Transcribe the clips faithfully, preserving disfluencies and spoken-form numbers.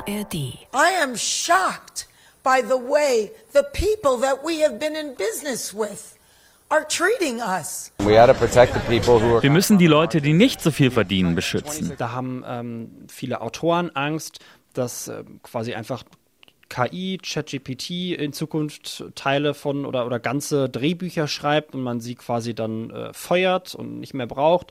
R D. I am shocked by the way the people that we have been in business with are treating us. Wir müssen die Leute, die nicht so viel verdienen, beschützen. Da haben ähm, viele Autoren Angst, dass äh, quasi einfach K I, ChatGPT in Zukunft Teile von oder, oder ganze Drehbücher schreibt und man sie quasi dann äh, feuert und nicht mehr braucht.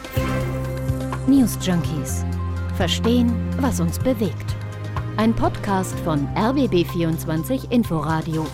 News Junkies. Verstehen, was uns bewegt. Ein Podcast von R B B vierundzwanzig Inforadio.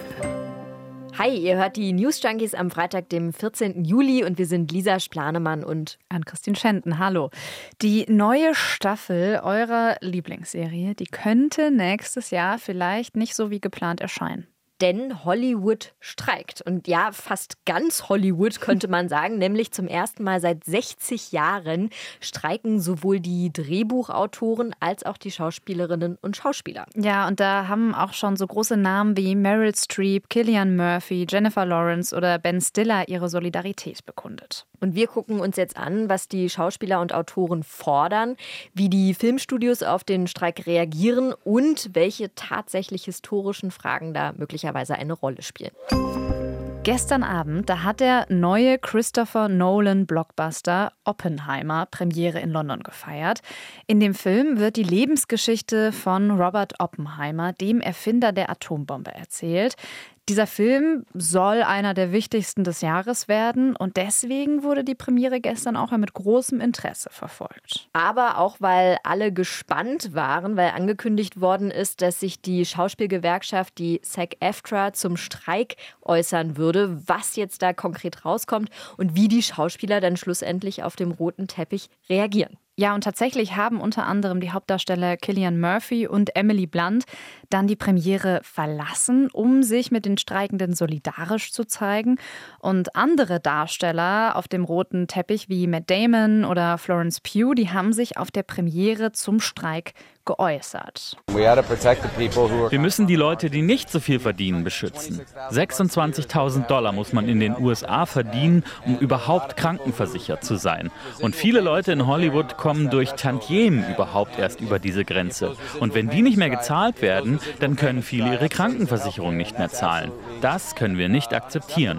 Hi, ihr hört die News Junkies am Freitag, dem vierzehnten Juli und wir sind Lisa Splanemann und Ann-Christine Schenten. Hallo. Die neue Staffel eurer Lieblingsserie, die könnte nächstes Jahr vielleicht nicht so wie geplant erscheinen. Denn Hollywood streikt. Und ja, fast ganz Hollywood könnte man sagen, nämlich zum ersten Mal seit sechzig Jahren streiken sowohl die Drehbuchautoren als auch die Schauspielerinnen und Schauspieler. Ja, und da haben auch schon so große Namen wie Meryl Streep, Cillian Murphy, Jennifer Lawrence oder Ben Stiller ihre Solidarität bekundet. Und wir gucken uns jetzt an, was die Schauspieler und Autoren fordern, wie die Filmstudios auf den Streik reagieren und welche tatsächlich historischen Fragen da möglicherweise eine Rolle spielen. Gestern Abend, da hat der neue Christopher Nolan-Blockbuster Oppenheimer Premiere in London gefeiert. In dem Film wird die Lebensgeschichte von Robert Oppenheimer, dem Erfinder der Atombombe, erzählt. Dieser Film soll einer der wichtigsten des Jahres werden und deswegen wurde die Premiere gestern auch mit großem Interesse verfolgt. Aber auch, weil alle gespannt waren, weil angekündigt worden ist, dass sich die Schauspielgewerkschaft, die SAG-AFTRA, zum Streik äußern würde, was jetzt da konkret rauskommt und wie die Schauspieler dann schlussendlich auf dem roten Teppich reagieren. Ja, und tatsächlich haben unter anderem die Hauptdarsteller Cillian Murphy und Emily Blunt dann die Premiere verlassen, um sich mit den Streikenden solidarisch zu zeigen. Und andere Darsteller auf dem roten Teppich wie Matt Damon oder Florence Pugh, die haben sich auf der Premiere zum Streik geäußert. Wir müssen die Leute, die nicht so viel verdienen, beschützen. sechsundzwanzigtausend Dollar muss man in den U S A verdienen, um überhaupt krankenversichert zu sein. Und viele Leute in Hollywood kommen durch Tantiemen überhaupt erst über diese Grenze. Und wenn die nicht mehr gezahlt werden, dann können viele ihre Krankenversicherung nicht mehr zahlen. Das können wir nicht akzeptieren.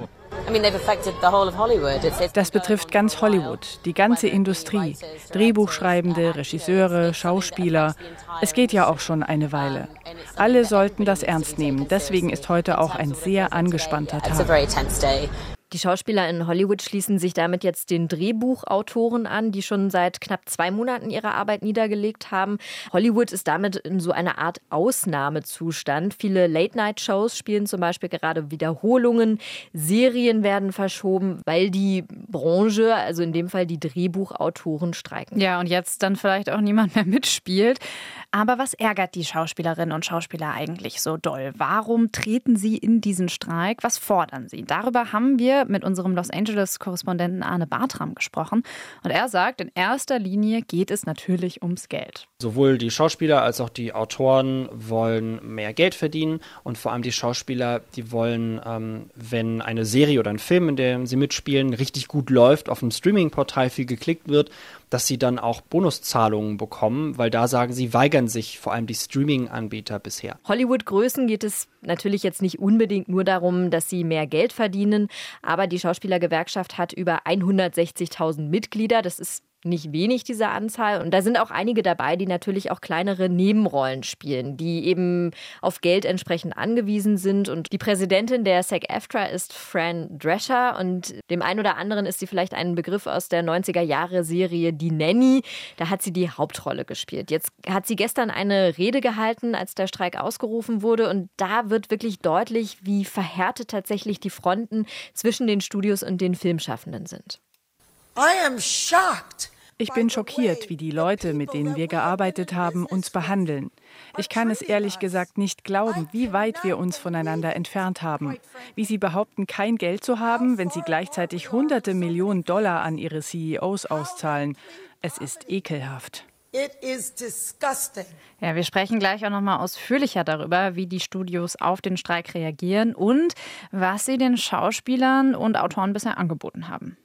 Das betrifft ganz Hollywood, die ganze Industrie. Drehbuchschreibende, Regisseure, Schauspieler. Es geht ja auch schon eine Weile. Alle sollten das ernst nehmen. Deswegen ist heute auch ein sehr angespannter Tag. Die Schauspieler in Hollywood schließen sich damit jetzt den Drehbuchautoren an, die schon seit knapp zwei Monaten ihre Arbeit niedergelegt haben. Hollywood ist damit in so einer Art Ausnahmezustand. Viele Late-Night-Shows spielen zum Beispiel gerade Wiederholungen. Serien werden verschoben, weil die Branche, also in dem Fall die Drehbuchautoren, streiken. Ja, und jetzt dann vielleicht auch niemand mehr mitspielt. Aber was ärgert die Schauspielerinnen und Schauspieler eigentlich so doll? Warum treten sie in diesen Streik? Was fordern sie? Darüber haben wir mit unserem Los Angeles-Korrespondenten Arne Bartram gesprochen. Und er sagt, in erster Linie geht es natürlich ums Geld. Sowohl die Schauspieler als auch die Autoren wollen mehr Geld verdienen und vor allem die Schauspieler, die wollen, ähm, wenn eine Serie oder ein Film, in dem sie mitspielen, richtig gut läuft, auf dem Streaming-Portal viel geklickt wird, dass sie dann auch Bonuszahlungen bekommen, weil da sagen sie, weigern sich vor allem die Streaming-Anbieter bisher. Hollywood-Größen geht es natürlich jetzt nicht unbedingt nur darum, dass sie mehr Geld verdienen, aber die Schauspielergewerkschaft hat über hundertsechzigtausend Mitglieder. Das ist nicht wenig, diese Anzahl. Und da sind auch einige dabei, die natürlich auch kleinere Nebenrollen spielen, die eben auf Geld entsprechend angewiesen sind. Und die Präsidentin der SAG-AFTRA ist Fran Drescher und dem einen oder anderen ist sie vielleicht ein Begriff aus der neunziger-Jahre-Serie Die Nanny. Da hat sie die Hauptrolle gespielt. Jetzt hat sie gestern eine Rede gehalten, als der Streik ausgerufen wurde. Und da wird wirklich deutlich, wie verhärtet tatsächlich die Fronten zwischen den Studios und den Filmschaffenden sind. I am shocked. Ich bin schockiert, wie die Leute, mit denen wir gearbeitet haben, uns behandeln. Ich kann es ehrlich gesagt nicht glauben, wie weit wir uns voneinander entfernt haben. Wie sie behaupten, kein Geld zu haben, wenn sie gleichzeitig hunderte Millionen Dollar an ihre C E Os auszahlen. Es ist ekelhaft. It is disgusting. Ja, wir sprechen gleich auch noch mal ausführlicher darüber, wie die Studios auf den Streik reagieren und was sie den Schauspielern und Autoren bisher angeboten haben.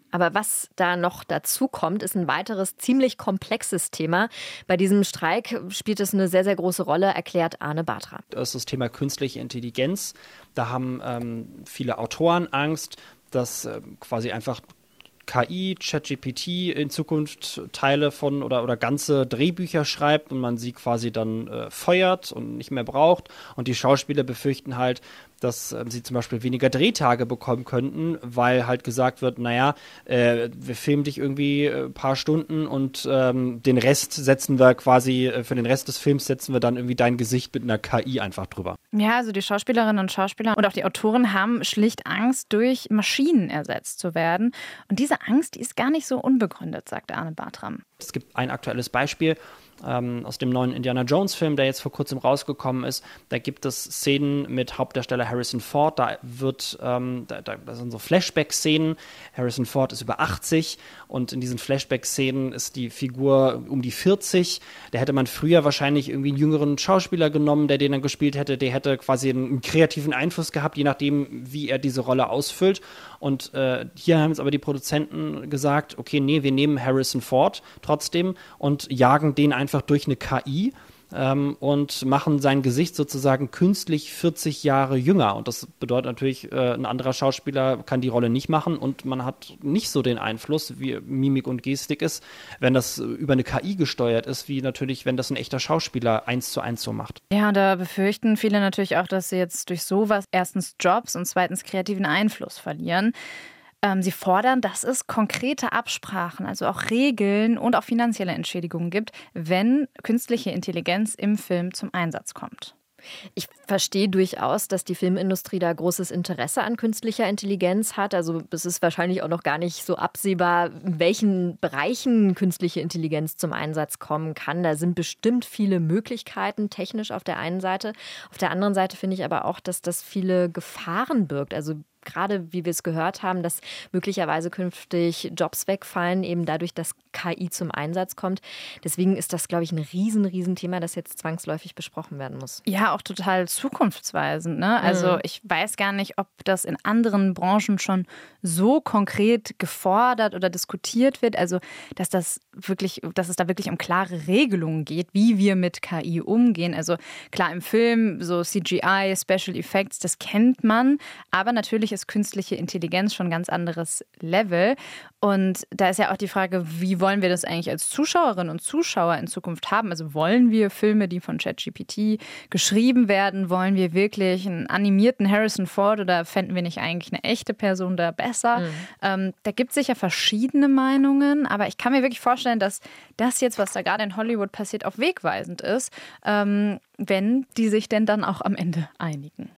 Aber was da noch dazu kommt, ist ein weiteres ziemlich komplexes Thema. Bei diesem Streik spielt es eine sehr, sehr große Rolle, erklärt Arne Batra. Das ist das Thema künstliche Intelligenz. Da haben ähm, viele Autoren Angst, dass äh, quasi einfach K I, ChatGPT in Zukunft Teile von oder, oder ganze Drehbücher schreibt und man sie quasi dann äh, feuert und nicht mehr braucht. Und die Schauspieler befürchten halt, dass äh, sie zum Beispiel weniger Drehtage bekommen könnten, weil halt gesagt wird, naja, äh, wir filmen dich irgendwie ein paar Stunden und ähm, den Rest setzen wir quasi, äh, für den Rest des Films setzen wir dann irgendwie dein Gesicht mit einer K I einfach drüber. Ja, also die Schauspielerinnen und Schauspieler und auch die Autoren haben schlicht Angst, durch Maschinen ersetzt zu werden. Und diese Angst, die ist gar nicht so unbegründet, sagt Arne Bartram. Es gibt ein aktuelles Beispiel ähm, aus dem neuen Indiana Jones-Film, der jetzt vor kurzem rausgekommen ist. Da gibt es Szenen mit Hauptdarsteller Harrison Ford. Da wird, ähm, da, da sind so Flashback-Szenen. Harrison Ford ist über achtzig und in diesen Flashback-Szenen ist die Figur um die vierzig. Da hätte man früher wahrscheinlich irgendwie einen jüngeren Schauspieler genommen, der den dann gespielt hätte. Der hätte quasi einen, einen kreativen Einfluss gehabt, je nachdem, wie er diese Rolle ausfüllt. Und äh, hier haben jetzt aber die Produzenten gesagt, okay, nee, wir nehmen Harrison Ford trotzdem und jagen den einfach durch eine K I ähm, und machen sein Gesicht sozusagen künstlich vierzig Jahre jünger. Und das bedeutet natürlich, äh, ein anderer Schauspieler kann die Rolle nicht machen und man hat nicht so den Einfluss, wie Mimik und Gestik ist, wenn das über eine K I gesteuert ist, wie natürlich, wenn das ein echter Schauspieler eins zu eins so macht. Ja, und da befürchten viele natürlich auch, dass sie jetzt durch sowas erstens Jobs und zweitens kreativen Einfluss verlieren. Ähm, sie fordern, dass es konkrete Absprachen, also auch Regeln und auch finanzielle Entschädigungen gibt, wenn künstliche Intelligenz im Film zum Einsatz kommt. Ich verstehe durchaus, dass die Filmindustrie da großes Interesse an künstlicher Intelligenz hat. Also es ist wahrscheinlich auch noch gar nicht so absehbar, in welchen Bereichen künstliche Intelligenz zum Einsatz kommen kann. Da sind bestimmt viele Möglichkeiten technisch auf der einen Seite. Auf der anderen Seite finde ich aber auch, dass das viele Gefahren birgt. Also gerade, wie wir es gehört haben, dass möglicherweise künftig Jobs wegfallen, eben dadurch, dass K I zum Einsatz kommt. Deswegen ist das, glaube ich, ein riesen, riesen Thema, das jetzt zwangsläufig besprochen werden muss. Ja, auch total zukunftsweisend, ne? Also mhm. ich weiß gar nicht, ob das in anderen Branchen schon so konkret gefordert oder diskutiert wird. Also, dass das wirklich, dass es da wirklich um klare Regelungen geht, wie wir mit K I umgehen. Also klar, im Film, so C G I, Special Effects, das kennt man, aber natürlich ist künstliche Intelligenz schon ein ganz anderes Level. Und da ist ja auch die Frage, wie wollen wir das eigentlich als Zuschauerinnen und Zuschauer in Zukunft haben? Also wollen wir Filme, die von ChatGPT geschrieben werden? Wollen wir wirklich einen animierten Harrison Ford oder fänden wir nicht eigentlich eine echte Person da besser? Mhm. Ähm, da gibt es sicher verschiedene Meinungen, aber ich kann mir wirklich vorstellen, dass das jetzt, was da gerade in Hollywood passiert, auch wegweisend ist, ähm, wenn die sich denn dann auch am Ende einigen.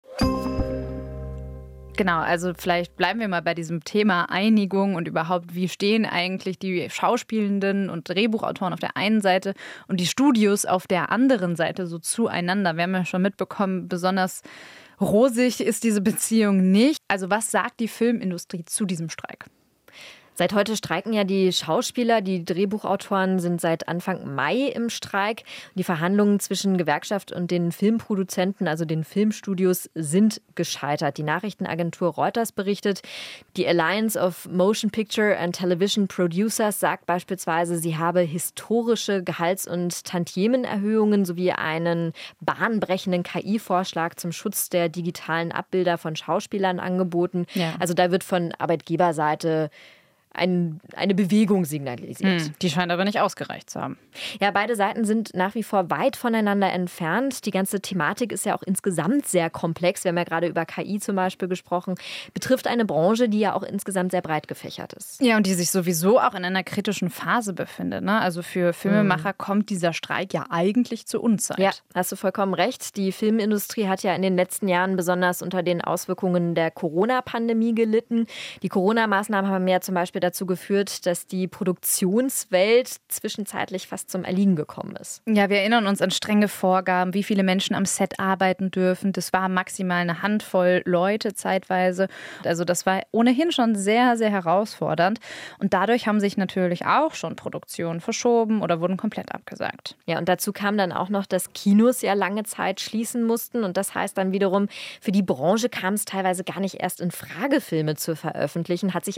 Genau, also vielleicht bleiben wir mal bei diesem Thema Einigung und überhaupt, wie stehen eigentlich die Schauspielenden und Drehbuchautoren auf der einen Seite und die Studios auf der anderen Seite so zueinander. Wir haben ja schon mitbekommen, besonders rosig ist diese Beziehung nicht. Also was sagt die Filmindustrie zu diesem Streik? Seit heute streiken ja die Schauspieler, die Drehbuchautoren sind seit Anfang Mai im Streik. Die Verhandlungen zwischen Gewerkschaft und den Filmproduzenten, also den Filmstudios, sind gescheitert. Die Nachrichtenagentur Reuters berichtet, die Alliance of Motion Picture and Television Producers sagt beispielsweise, sie habe historische Gehalts- und Tantiemenerhöhungen sowie einen bahnbrechenden K I-Vorschlag zum Schutz der digitalen Abbilder von Schauspielern angeboten. Ja. Also da wird von Arbeitgeberseite Ein, eine Bewegung signalisiert. Hm, die scheint aber nicht ausgereicht zu haben. Ja, beide Seiten sind nach wie vor weit voneinander entfernt. Die ganze Thematik ist ja auch insgesamt sehr komplex. Wir haben ja gerade über K I zum Beispiel gesprochen. Betrifft eine Branche, die ja auch insgesamt sehr breit gefächert ist. Ja, und die sich sowieso auch in einer kritischen Phase befindet. Ne? Also für Filmemacher hm. kommt dieser Streik ja eigentlich zur Unzeit. Ja, hast du vollkommen recht. Die Filmindustrie hat ja in den letzten Jahren besonders unter den Auswirkungen der Corona-Pandemie gelitten. Die Corona-Maßnahmen haben ja zum Beispiel dazu geführt, dass die Produktionswelt zwischenzeitlich fast zum Erliegen gekommen ist. Ja, wir erinnern uns an strenge Vorgaben, wie viele Menschen am Set arbeiten dürfen. Das war maximal eine Handvoll Leute zeitweise. Also das war ohnehin schon sehr, sehr herausfordernd. Und dadurch haben sich natürlich auch schon Produktionen verschoben oder wurden komplett abgesagt. Ja, und dazu kam dann auch noch, dass Kinos ja lange Zeit schließen mussten. Und das heißt dann wiederum, für die Branche kam es teilweise gar nicht erst in Frage, Filme zu veröffentlichen. Hat sich einfach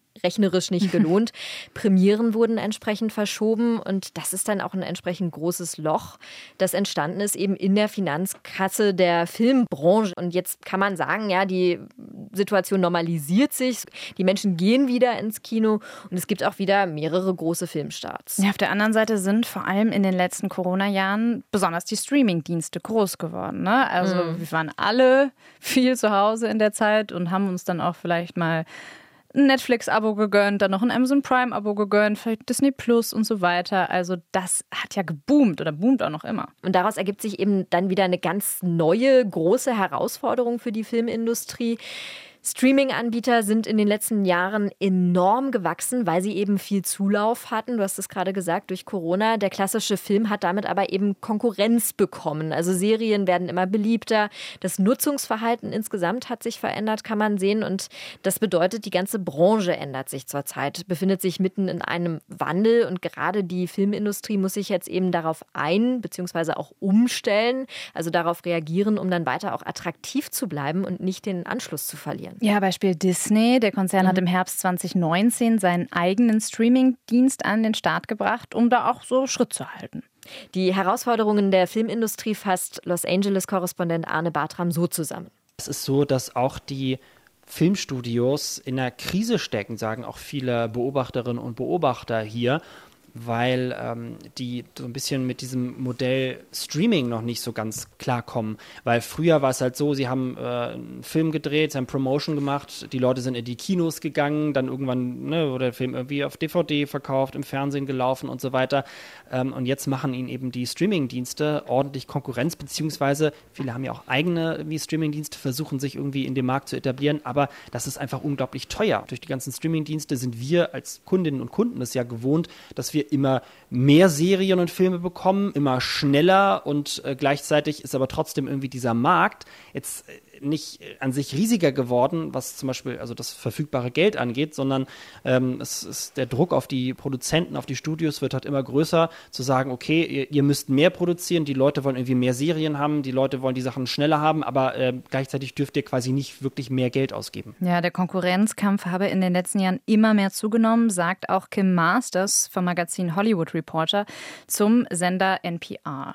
rechnerisch nicht gelohnt. Premieren wurden entsprechend verschoben und das ist dann auch ein entsprechend großes Loch, das entstanden ist eben in der Finanzkasse der Filmbranche. Und jetzt kann man sagen, ja, die Situation normalisiert sich, die Menschen gehen wieder ins Kino und es gibt auch wieder mehrere große Filmstarts. Ja, auf der anderen Seite sind vor allem in den letzten Corona-Jahren besonders die Streaming-Dienste groß geworden. Ne? Also mhm. wir waren alle viel zu Hause in der Zeit und haben uns dann auch vielleicht mal ein Netflix-Abo gegönnt, dann noch ein Amazon Prime-Abo gegönnt, vielleicht Disney Plus und so weiter. Also das hat ja geboomt oder boomt auch noch immer. Und daraus ergibt sich eben dann wieder eine ganz neue, große Herausforderung für die Filmindustrie. Streaming-Anbieter sind in den letzten Jahren enorm gewachsen, weil sie eben viel Zulauf hatten. Du hast es gerade gesagt, durch Corona. Der klassische Film hat damit aber eben Konkurrenz bekommen. Also Serien werden immer beliebter. Das Nutzungsverhalten insgesamt hat sich verändert, kann man sehen. Und das bedeutet, die ganze Branche ändert sich zurzeit, befindet sich mitten in einem Wandel. Und gerade die Filmindustrie muss sich jetzt eben darauf ein- bzw. auch umstellen, also darauf reagieren, um dann weiter auch attraktiv zu bleiben und nicht den Anschluss zu verlieren. Ja, Beispiel Disney. Der Konzern mhm. hat im Herbst zwanzig neunzehn seinen eigenen Streaming-Dienst an den Start gebracht, um da auch so Schritt zu halten. Die Herausforderungen der Filmindustrie fasst Los Angeles-Korrespondent Arne Bartram so zusammen. Es ist so, dass auch die Filmstudios in einer Krise stecken, sagen auch viele Beobachterinnen und Beobachter hier, weil ähm, die so ein bisschen mit diesem Modell Streaming noch nicht so ganz klarkommen. Weil früher war es halt so, sie haben äh, einen Film gedreht, sie haben Promotion gemacht, die Leute sind in die Kinos gegangen, dann irgendwann ne, wurde der Film irgendwie auf D V D verkauft, im Fernsehen gelaufen und so weiter. Ähm, und jetzt machen ihnen eben die Streaming-Dienste ordentlich Konkurrenz, beziehungsweise viele haben ja auch eigene wie Streaming-Dienste, versuchen sich irgendwie in dem Markt zu etablieren, aber das ist einfach unglaublich teuer. Durch die ganzen Streaming-Dienste sind wir als Kundinnen und Kunden es ja gewohnt, dass wir immer mehr Serien und Filme bekommen, immer schneller und äh, gleichzeitig ist aber trotzdem irgendwie dieser Markt jetzt äh, nicht an sich riesiger geworden, was zum Beispiel also das verfügbare Geld angeht, sondern ähm, es ist der Druck auf die Produzenten, auf die Studios wird halt immer größer, zu sagen, okay, ihr, ihr müsst mehr produzieren, die Leute wollen irgendwie mehr Serien haben, die Leute wollen die Sachen schneller haben, aber äh, gleichzeitig dürft ihr quasi nicht wirklich mehr Geld ausgeben. Ja, der Konkurrenzkampf habe in den letzten Jahren immer mehr zugenommen, sagt auch Kim Masters vom Magazin Hollywood Reporter zum Sender N P R.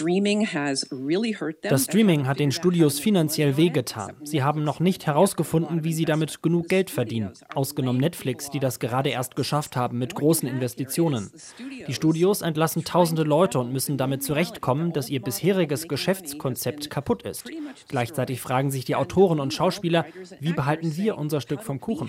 Das Streaming hat den Studios finanziell wehgetan. Sie haben noch nicht herausgefunden, wie sie damit genug Geld verdienen. Ausgenommen Netflix, die das gerade erst geschafft haben mit großen Investitionen. Die Studios entlassen tausende Leute und müssen damit zurechtkommen, dass ihr bisheriges Geschäftskonzept kaputt ist. Gleichzeitig fragen sich die Autoren und Schauspieler, wie behalten wir unser Stück vom Kuchen?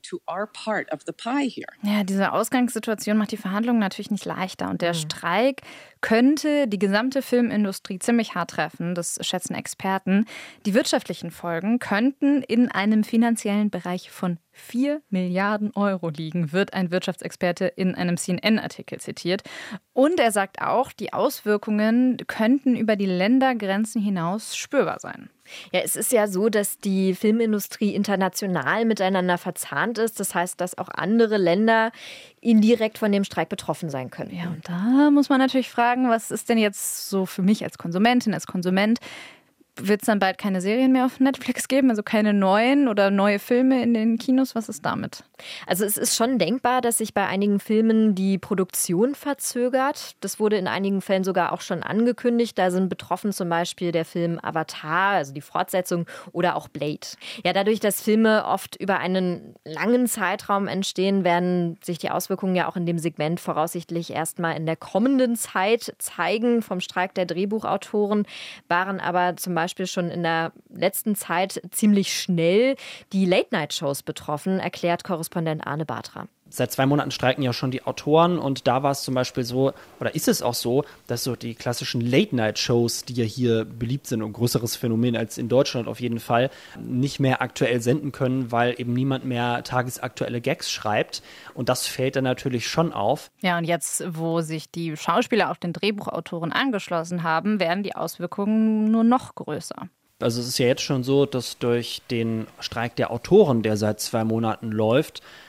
Ja, diese Ausgangssituation macht die Verhandlungen natürlich nicht leichter. Und der Streik könnte die gesamte Filmindustrie ziemlich hart treffen, das schätzen Experten. Die wirtschaftlichen Folgen könnten in einem finanziellen Bereich von vier Milliarden Euro liegen, wird ein Wirtschaftsexperte in einem C N N-Artikel zitiert. Und er sagt auch, die Auswirkungen könnten über die Ländergrenzen hinaus spürbar sein. Ja, es ist ja so, dass die Filmindustrie international miteinander verzahnt ist. Das heißt, dass auch andere Länder indirekt von dem Streik betroffen sein können. Ja, und da muss man natürlich fragen, was ist denn jetzt so für mich als Konsumentin, als Konsument? Wird es dann bald keine Serien mehr auf Netflix geben, also keine neuen oder neue Filme in den Kinos? Was ist damit? Also es ist schon denkbar, dass sich bei einigen Filmen die Produktion verzögert. Das wurde in einigen Fällen sogar auch schon angekündigt. Da sind betroffen zum Beispiel der Film Avatar, also die Fortsetzung, oder auch Blade. Ja, dadurch, dass Filme oft über einen langen Zeitraum entstehen, werden sich die Auswirkungen ja auch in dem Segment voraussichtlich erstmal in der kommenden Zeit zeigen. Vom Streik der Drehbuchautoren waren aber zum Beispiel schon in der letzten Zeit ziemlich schnell die Late-Night-Shows betroffen, erklärt Korrespondent Arne Bartram. Seit zwei Monaten streiken ja schon die Autoren und da war es zum Beispiel so, oder ist es auch so, dass so die klassischen Late-Night-Shows, die ja hier beliebt sind und ein größeres Phänomen als in Deutschland auf jeden Fall, nicht mehr aktuell senden können, weil eben niemand mehr tagesaktuelle Gags schreibt und das fällt dann natürlich schon auf. Ja, und jetzt, wo sich die Schauspieler auch den Drehbuchautoren angeschlossen haben, werden die Auswirkungen nur noch größer. Also es ist ja jetzt schon so, dass durch den Streik der Autoren, der seit zwei Monaten läuft,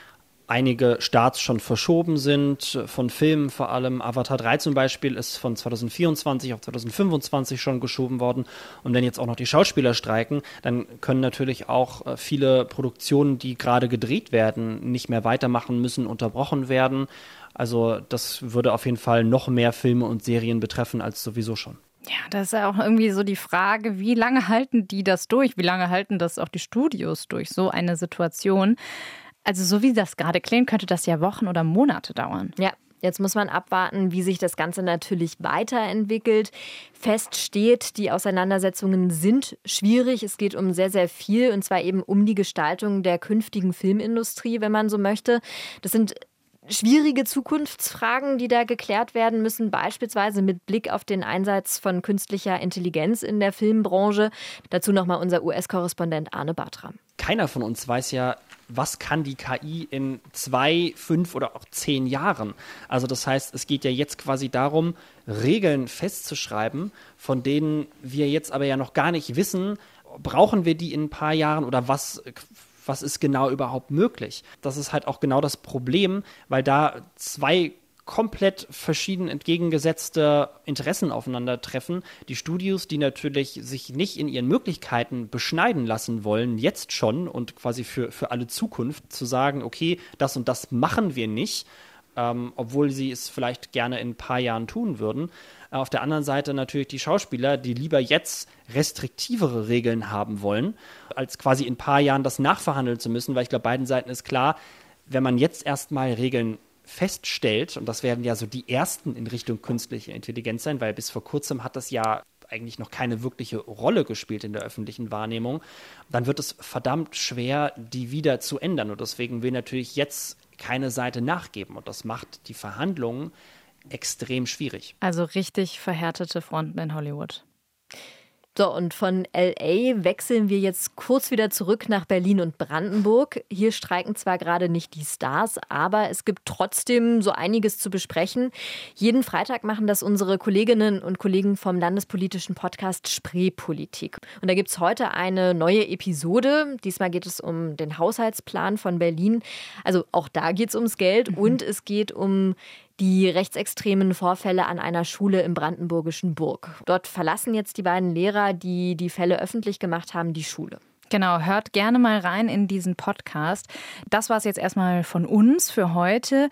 einige Starts schon verschoben sind, von Filmen vor allem. Avatar drei zum Beispiel ist von zwanzig vierundzwanzig auf zwanzig fünfundzwanzig schon geschoben worden. Und wenn jetzt auch noch die Schauspieler streiken, dann können natürlich auch viele Produktionen, die gerade gedreht werden, nicht mehr weitermachen müssen, unterbrochen werden. Also das würde auf jeden Fall noch mehr Filme und Serien betreffen als sowieso schon. Ja, das ist ja auch irgendwie so die Frage, wie lange halten die das durch? Wie lange halten das auch die Studios durch, so eine Situation? Also so wie das gerade klingt, könnte das ja Wochen oder Monate dauern. Ja. Jetzt muss man abwarten, wie sich das Ganze natürlich weiterentwickelt. Fest steht, die Auseinandersetzungen sind schwierig. Es geht um sehr, sehr viel, und zwar eben um die Gestaltung der künftigen Filmindustrie, wenn man so möchte. Das sind schwierige Zukunftsfragen, die da geklärt werden müssen, beispielsweise mit Blick auf den Einsatz von künstlicher Intelligenz in der Filmbranche. Dazu nochmal unser U S-Korrespondent Arne Bartram. Keiner von uns weiß ja, was kann die K I in zwei, fünf oder auch zehn Jahren. Also das heißt, es geht ja jetzt quasi darum, Regeln festzuschreiben, von denen wir jetzt aber ja noch gar nicht wissen, brauchen wir die in ein paar Jahren oder was was ist genau überhaupt möglich. Das ist halt auch genau das Problem, weil da zwei komplett verschieden entgegengesetzte Interessen aufeinandertreffen. Die Studios, die natürlich sich nicht in ihren Möglichkeiten beschneiden lassen wollen, jetzt schon und quasi für, für alle Zukunft zu sagen, okay, das und das machen wir nicht, ähm, obwohl sie es vielleicht gerne in ein paar Jahren tun würden. Auf der anderen Seite natürlich die Schauspieler, die lieber jetzt restriktivere Regeln haben wollen, als quasi in ein paar Jahren das nachverhandeln zu müssen, weil ich glaube, beiden Seiten ist klar, wenn man jetzt erstmal Regeln feststellt, und das werden ja so die ersten in Richtung künstliche Intelligenz sein, weil bis vor kurzem hat das ja eigentlich noch keine wirkliche Rolle gespielt in der öffentlichen Wahrnehmung, dann wird es verdammt schwer, die wieder zu ändern. Und deswegen will natürlich jetzt keine Seite nachgeben. Und das macht die Verhandlungen extrem schwierig. Also richtig verhärtete Fronten in Hollywood. So, und von L A wechseln wir jetzt kurz wieder zurück nach Berlin und Brandenburg. Hier streiken zwar gerade nicht die Stars, aber es gibt trotzdem so einiges zu besprechen. Jeden Freitag machen das unsere Kolleginnen und Kollegen vom landespolitischen Podcast Spreepolitik. Und da gibt es heute eine neue Episode. Diesmal geht es um den Haushaltsplan von Berlin. Also auch da geht es ums Geld mhm. und es geht um die rechtsextremen Vorfälle an einer Schule im brandenburgischen Burg. Dort verlassen jetzt die beiden Lehrer, die die Fälle öffentlich gemacht haben, die Schule. Genau, hört gerne mal rein in diesen Podcast. Das war es jetzt erstmal von uns für heute.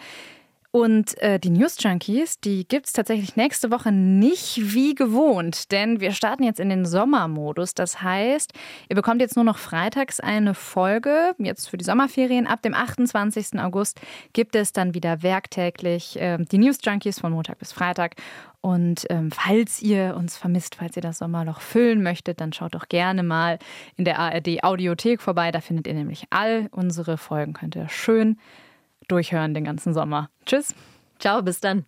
Und äh, die News Junkies, die gibt es tatsächlich nächste Woche nicht wie gewohnt, denn wir starten jetzt in den Sommermodus. Das heißt, ihr bekommt jetzt nur noch freitags eine Folge, jetzt für die Sommerferien. Ab dem achtundzwanzigsten August gibt es dann wieder werktäglich äh, die News Junkies von Montag bis Freitag. Und ähm, falls ihr uns vermisst, falls ihr das Sommerloch füllen möchtet, dann schaut doch gerne mal in der A R D Audiothek vorbei. Da findet ihr nämlich all unsere Folgen. Könnt ihr schön durchhören den ganzen Sommer. Tschüss. Ciao, bis dann.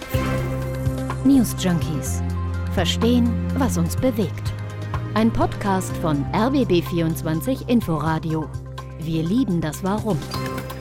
News Junkies. Verstehen, was uns bewegt. Ein Podcast von R B B vierundzwanzig Inforadio. Wir lieben das Warum.